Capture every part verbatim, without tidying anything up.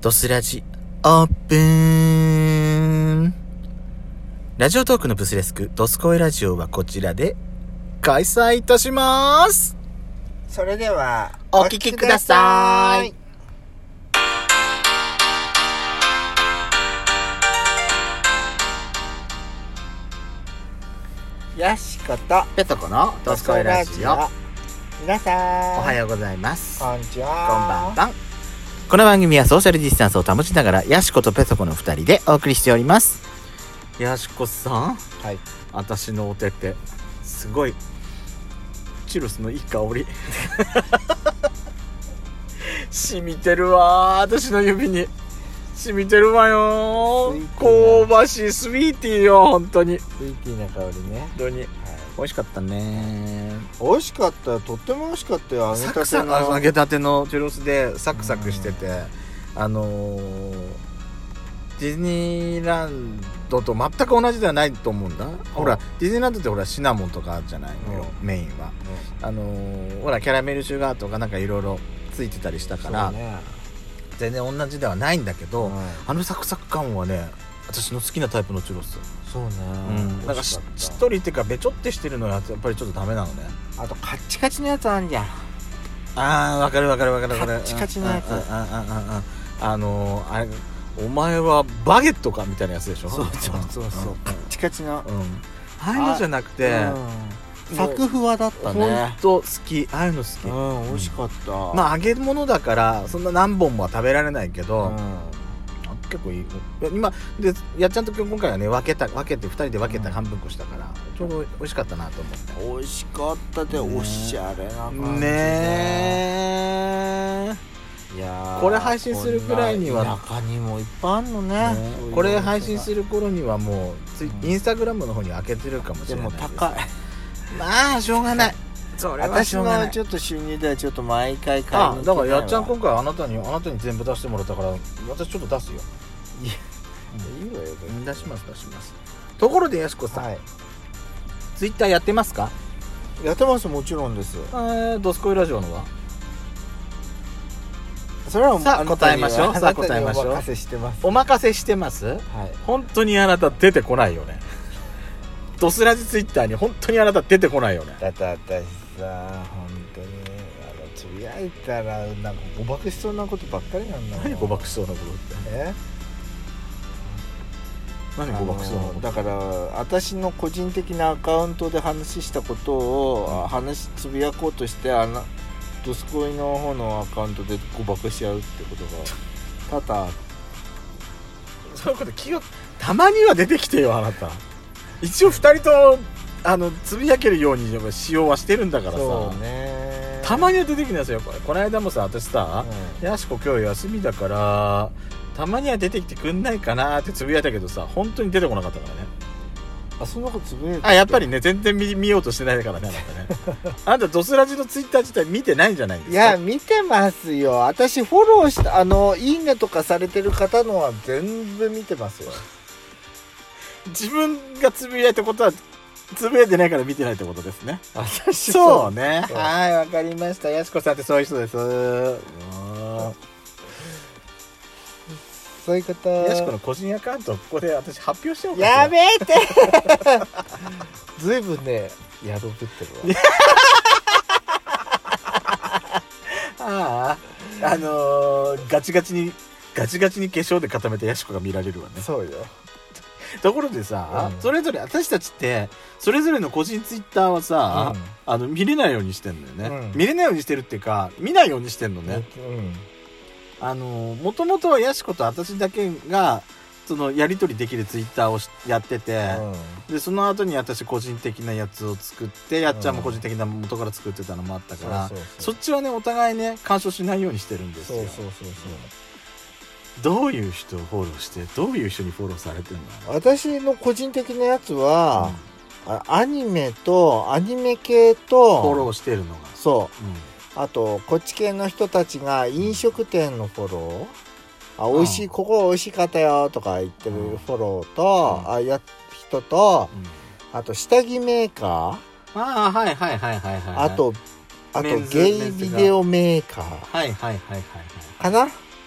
ドスラジオープン。ラジオトークのブスレスクドスコイラジオはこちらで開催いたします。 それではお聞きください。 やしことペトコのドスコイラジオ。 皆さんおはようございます。 こんにちは。 こんばんばん。この番組はソーシャルディスタンスを保ちながらヤシコとペソコのふたりでお送りしております。ヤシコさん、 はい、 私のお手手すごいチュロスのいい香り染みてるわ。私の指に染みてるわよ。香ばしいスイーティーよ。本当にスイーティーな香りね。 本当に、はい、美味しかったね。 美味しかったよ。とっても美味しかったよ。揚げたてのサクサク揚げたてのチュロスでサクサクしてて、あのー、ディズニーランドと全く同じではないと思うんだ。ほらディズニーランドってほらシナモンとかあるじゃないのよ、メインは、あのー、ほらキャラメルシュガーとかなんかいろいろついてたりしたから、ね、全然同じではないんだけど、うん、あのサクサク感はね私の好きなタイプのチュロス。そうね、うん、なんか し, しっとりっていうかべちょってしてるのはやっぱりちょっとダメなのね。 あとカッチカチのやつあるじゃん。 あーわかるわかるわかるわかる。 カッチカチのやつ。 ああのー、あれお前はバゲットかみたいなやつでしょ。 そうそうそうそう、うん、カッチカチの、うん、 ああいうのじゃなくて、 うん、サクふわだったね。 ほんと好き。ああいうの好き、 うん、美味しかった、うん、 まあ揚げ物だからそんな何本もは食べられないけど、うん、結構いい。今でやっちゃんと今回はね分けた分けてふたりで分けて半分こしたから、うん、ちょうど美味しかったなと思って。 美味しかったで、ね、おしゃれな感じでね。いやこれ配信するくらいには中にもいっぱいあるの ね, ねこれ配信する頃にはもうつ、うん、インスタグラムの方に開けてるかもしれないです。 でも高い。 まあしょうがない。それはしょうがない。 私のちょっと収入ではちょっと毎回買いに行けないわ。 あだからやっちゃん今回あなたにあなたに全部出してもらったから私ちょっと出すよ。 いや、うん、いいわよ。 出します出します。ところでやしこさん、はい、ツイッターやってますか？ やってます。もちろんです。 えー、ドスコイラジオのはそれはさあ答えましょう。さあ答えましょう。 お任せしてます。 お任せしてます、はい、本当にあなた出てこないよね。ドスラジツイッターに本当にあなた出てこないよね。 だって私さ本当にあのつぶやいたらなんか誤爆しそうなことばっかりなんだ。 何誤爆しそうなことってえ何誤爆しそうなこと。 だから私の個人的なアカウントで話したことを、うん、話つぶやこうとしてあのドスコイの方のアカウントで誤爆しちゃうってことが多々。 そういうこと気がたまには出てきてよあなた。一応ふたりとあのつぶやけるように使用はしてるんだからさ。 そうね。 たまには出てきないですよ。これこの間もさ私さ、うん、やしこ今日休みだからたまには出てきてくんないかなってつぶやいたけどさ本当に出てこなかったからね。 あ、そんなことつぶやいた。 あ、やっぱりね全然 見, 見ようとしてないからねあなたね。あなたドスラジのツイッター自体見てないんじゃないですか。 いや見てますよ。私フォローしたあのいいねとかされてる方のは全部見てますよ。 自分がつぶやいたことはつぶやいてないから見てないってことですね。 私そうね。はいわかりました。やしこさんってそういう人です。 そういう方。 やしこの個人アカウントここで私発表しようかしら。 やめてずいぶんねやろぶってるわ。 あああのー、ガチガチにガチガチに化粧で固めてやしこが見られるわね。 そうよ。 ところでさ、うん、それぞれ私たちってそれぞれの個人ツイッターはさ、うん、あの見れないようにしてんのよね、うん、見れないようにしてるっていうか見ないようにしてんのね、うん、あのもともとはやしこと私だけがそのやり取りできるツイッターをやってて、うん、でその後に私個人的なやつを作ってやっちゃんも個人的な元から作ってたのもあったから、うん、そうそうそうそっちはねお互いね干渉しないようにしてるんですよ。そうそうそうそう。どういう人をフォローしてどういう人にフォローされてるの？ 私の個人的なやつは、うん、アニメとアニメ系とフォローしてるのがそう、うん、あとこっち系の人たちが飲食店のフォロー、あ、美味しい、ここ美味しかったよとか言ってるフォローと、うん、あや人と、うん、あと下着メーカー、 ああはいはいはいはいはい、 あとあとゲイビデオメーカー、 はいはいはいはいかな。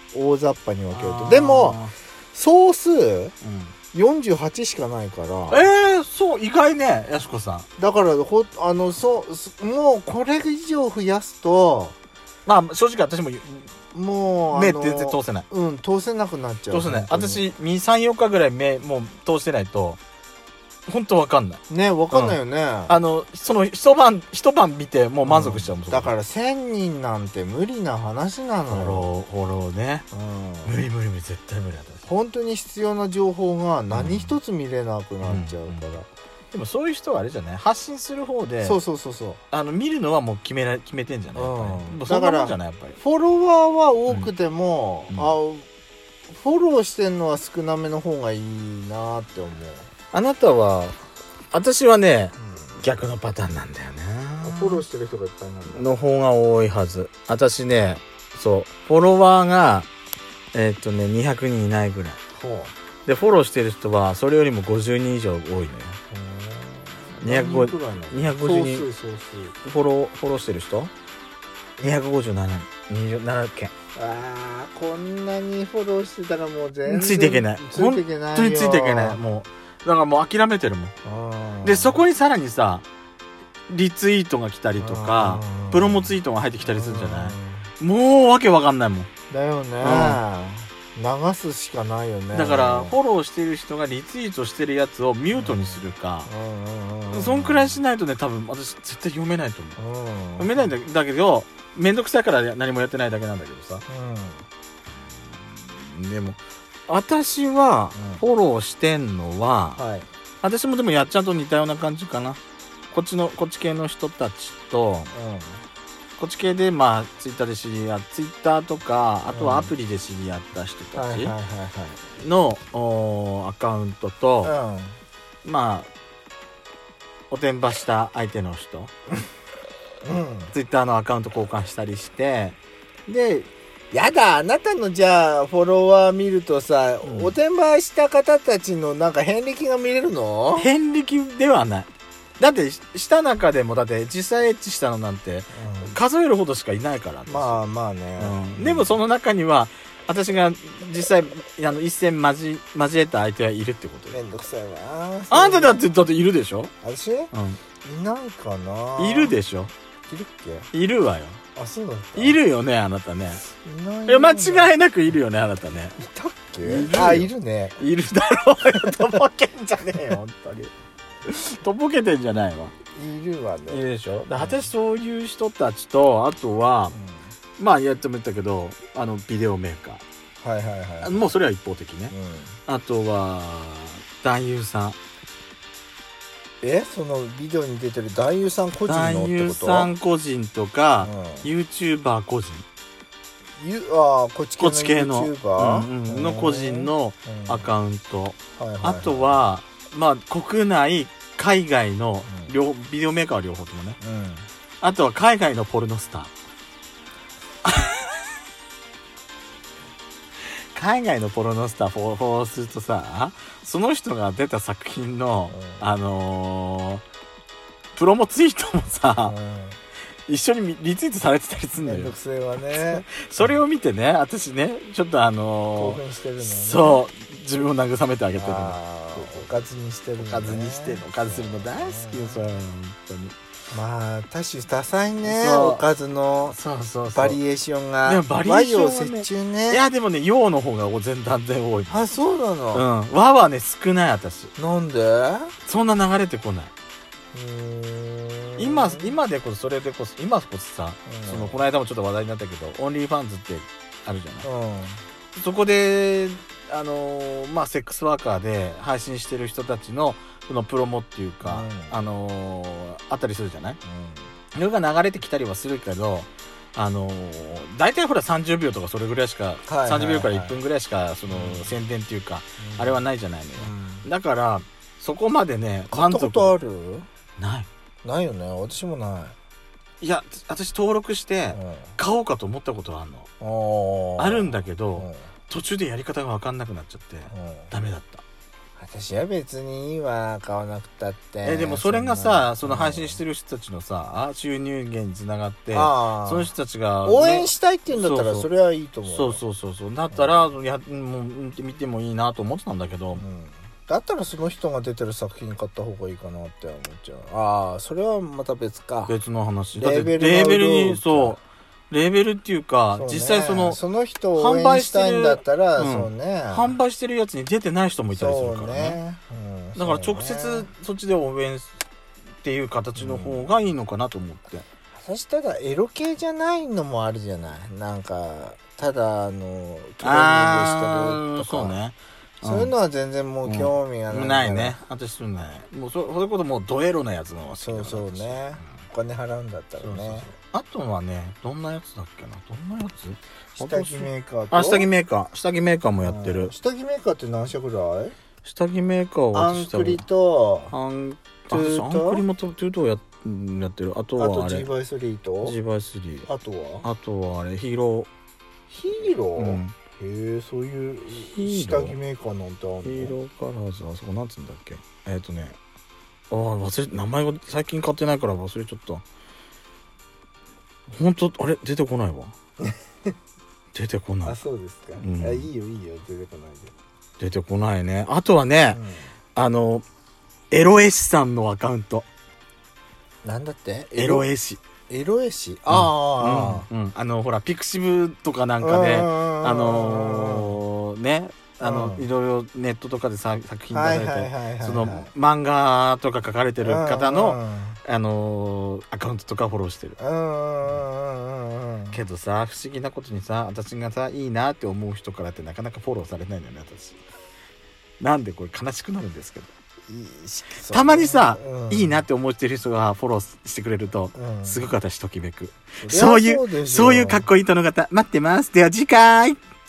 大雑把に分けると。でも総数、うんよんじゅうはちしかないから。 えー、そう意外ね、やしこさん。 だからほあのそうもうこれ以上増やすと、 まあ正直私ももう目全然通せない。 うん通せなくなっちゃう。 通せない。私にさんよっかぐらい目もう通してないと本当わかんないね。わかんないよね、うん、 あのその一晩一晩見てもう満足しちゃうもん、 うん、だからせんにんなんて無理な話なのよ。フォローフォローね、うん、無理無理無理絶対無理だ。 本当に必要な情報が何一つ見れなくなっちゃうから、うんうんうん、 でもそういう人はあれじゃない、発信する方でそうそうそうそうあの見るのはもう決めら決めてんじゃない、うん、だからフォロワーは多くても、うんうん、あフォローしてんのは少なめの方がいいなって思う。 あなたは私はね、うん、逆のパターンなんだよね。 フォローしてる人がいっぱいなんだの方が多いはず。私ねそうフォロワーがえー、っとねにひゃくにんいないぐらいで、フォローしてる人はそれよりもごじゅうにん以上多いのよ。にひゃくごじゅうにんフォローフォローしてる人にひゃくごじゅうななけん。 あーこんなにフォローしてたらもう全然ついていけない。本当についていけない。もうだからもう諦めてるもん。でそこにさらにさリツイートが来たりとかプロモツイートが入ってきたりするんじゃない。もうわけわかんないもんだよね、うん、流すしかないよね。 だからフォローしてる人がリツイートしてるやつをミュートにするか、うん、そんくらいしないとね多分私絶対読めないと思う、うん、読めないんだ、だけどめんどくさいから何もやってないだけなんだけどさ、うん、でも私はフォローしてんのは、うんはい、私もでもやっちゃんと似たような感じかな。こっちのこっち系の人たちと、うんこっち系でまあツイッターで知り合っツイッターとかあとはアプリで知り合った人たちのアカウントと、うん、まあおてんばした相手の人、うん、ツイッターのアカウント交換したりしてでやだあなたのじゃあフォロワー見るとさ、うん、おてんばした方たちのなんか遍歴が見れるの？ 遍歴ではない。だってした中でもだって実際エッチしたのなんて数えるほどしかいないから、 うん、まあまあね、 うん、でもその中には私が実際あの一戦交交えた相手はいるってこと。 めんどくさいわ。 あんただってだっているでしょ。 私、うん、いないかな。 いるでしょ。 いるっけ。 いるわよ。 あそうだった。 いるよねあなたね。 いない。 いや間違いなくいるよねあなたね。 いたっけ。あいるね。 いるだろうよ。とぼけんじゃねえよ本当に。とぼけてんじゃないわ。 いるわね。 いるでしょ。で私そういう人たちとあとは、うん、まあやっても言ったけどあのビデオメーカー、 はいはいはい、 もうそれは一方的ね、うん、あとは男優さん。 えそのビデオに出てる男優さん個人のってこと？ 男優さん個人とか、うん、YouTuber 個人ゆあこっち系の YouTuber の、うんうん、の個人のアカウント、うんはいはいはい、あとはまあ国内海外の両、うん、ビデオメーカーは両方ともね、うん、あとは海外のポルノスター海外のポルノスターフォローするとさその人が出た作品の、うん、あのー、プロモツイートもさ、うん、一緒にリツイートされてたりするんだよ。 めんどくせえわねそれを見てね私ねちょっとあのー、 興奮してるのね。 そう自分を慰めてあげてるの。 おかずにしてるのね。 おかずにしておかずするの大好きよそれ本当に。 まあ多種多彩ねおかずのバリエーションが。 でもバリエーションはね、 和洋折衷ね。 いやでもね洋の方が全然多い。 あそうなの。 うん和はね少ない私。 なんで？ そんな流れてこない。今今でこそそれでこそ今こそさ、うん、そのこの間もちょっと話題になったけどオンリーファンズってあるじゃない、うん、そこであのー、まあセックスワーカーで配信してる人たちのそのプロモっていうか、うん、あのー、あったりするじゃない、うん、それが流れてきたりはするけどあのー、大体ほらさんじゅうびょうとかそれぐらいしか、はいはいはい、さんじゅうびょうからいっぷんぐらいしかその、うん、宣伝っていうか、うん、あれはないじゃないのよ、うん、だからそこまでね買ったことある？ ないないよね。私もない。 いや私登録して買おうかと思ったことはあるの、うん、あるんだけど、うん、途中でやり方が分かんなくなっちゃって、うん、ダメだった。 私は別にいいわ、買わなくたって。 えでもそれがさ、その配信してる人たちのさ収入源につながって、その人たちが、 ね、応援したいって言うんだったらそれはいいと思う。 そうそうそうそう、だったら、うん、やもう見てもいいなと思ってたんだけど、うん、 だったらその人が出てる作品買った方がいいかなって思っちゃう。ああ、それはまた別か。 別の話。だってレーベルにそうレーベルっていうか、ね、実際そのその人を応援したいんだったら、うん、そうね、 販売してるやつに出てない人もいたりするからね。そうね、うん、だから直接そっちで応援っていう形の方がいいのかなと思って。 そしたらエロ系じゃないのもあるじゃない。なんかただあのトレーニングしてるとか、 そうね。 そういうのは全然もう興味がない、 うん、ないね。私そうね。もうそそういうこともうドエロなやつの。 そうそうね。お金払うんだったらね。そうそうそう、 あとはね、どんなやつだっけな。どんなやつ？ 下着メーカーと。 あ、下着メーカー。下着メーカーもやってる。 下着メーカーって何社ぐらい？ 下着メーカーはアンクリとアントゥーとアンクリもトゥートをややってる。あとはあれ。 あと ジーバイスリー とジーバイスリー。 あとはあとはあれヒーロー。 ヒーロー？うん、へえ、そういう下着メーカーなんてあるの？ ヒーローカラーズ、あそこなんつうんだっけ。えっとね、ああ忘れ名前が最近買ってないから忘れちゃった。本当あれ出てこないわ。出てこない。 あ、そうですか。うん、あ、いいよいいよ、出てこないで。 出てこないね。あとはね、うん、あのエロエシさんのアカウント。 なんだって？ エロエシ。 エロエシ。ああ、うんうん、あのほらピクシブとかなんかで、あのー、ね。あの、うん、いろいろネットとかでさ作品出されて、その漫画とか書かれてる方の、あのー、アカウントとかフォローしてる。けどさ、不思議なことにさ、私がさいいなって思う人からってなかなかフォローされないんだよね、私。なんでこれ悲しくなるんですけど。たまにさ、うん、いいなって思ってる人がフォローしてくれると、うん、すごく私ときめく。そういうそういうかっこいい殿方待ってます。では次回。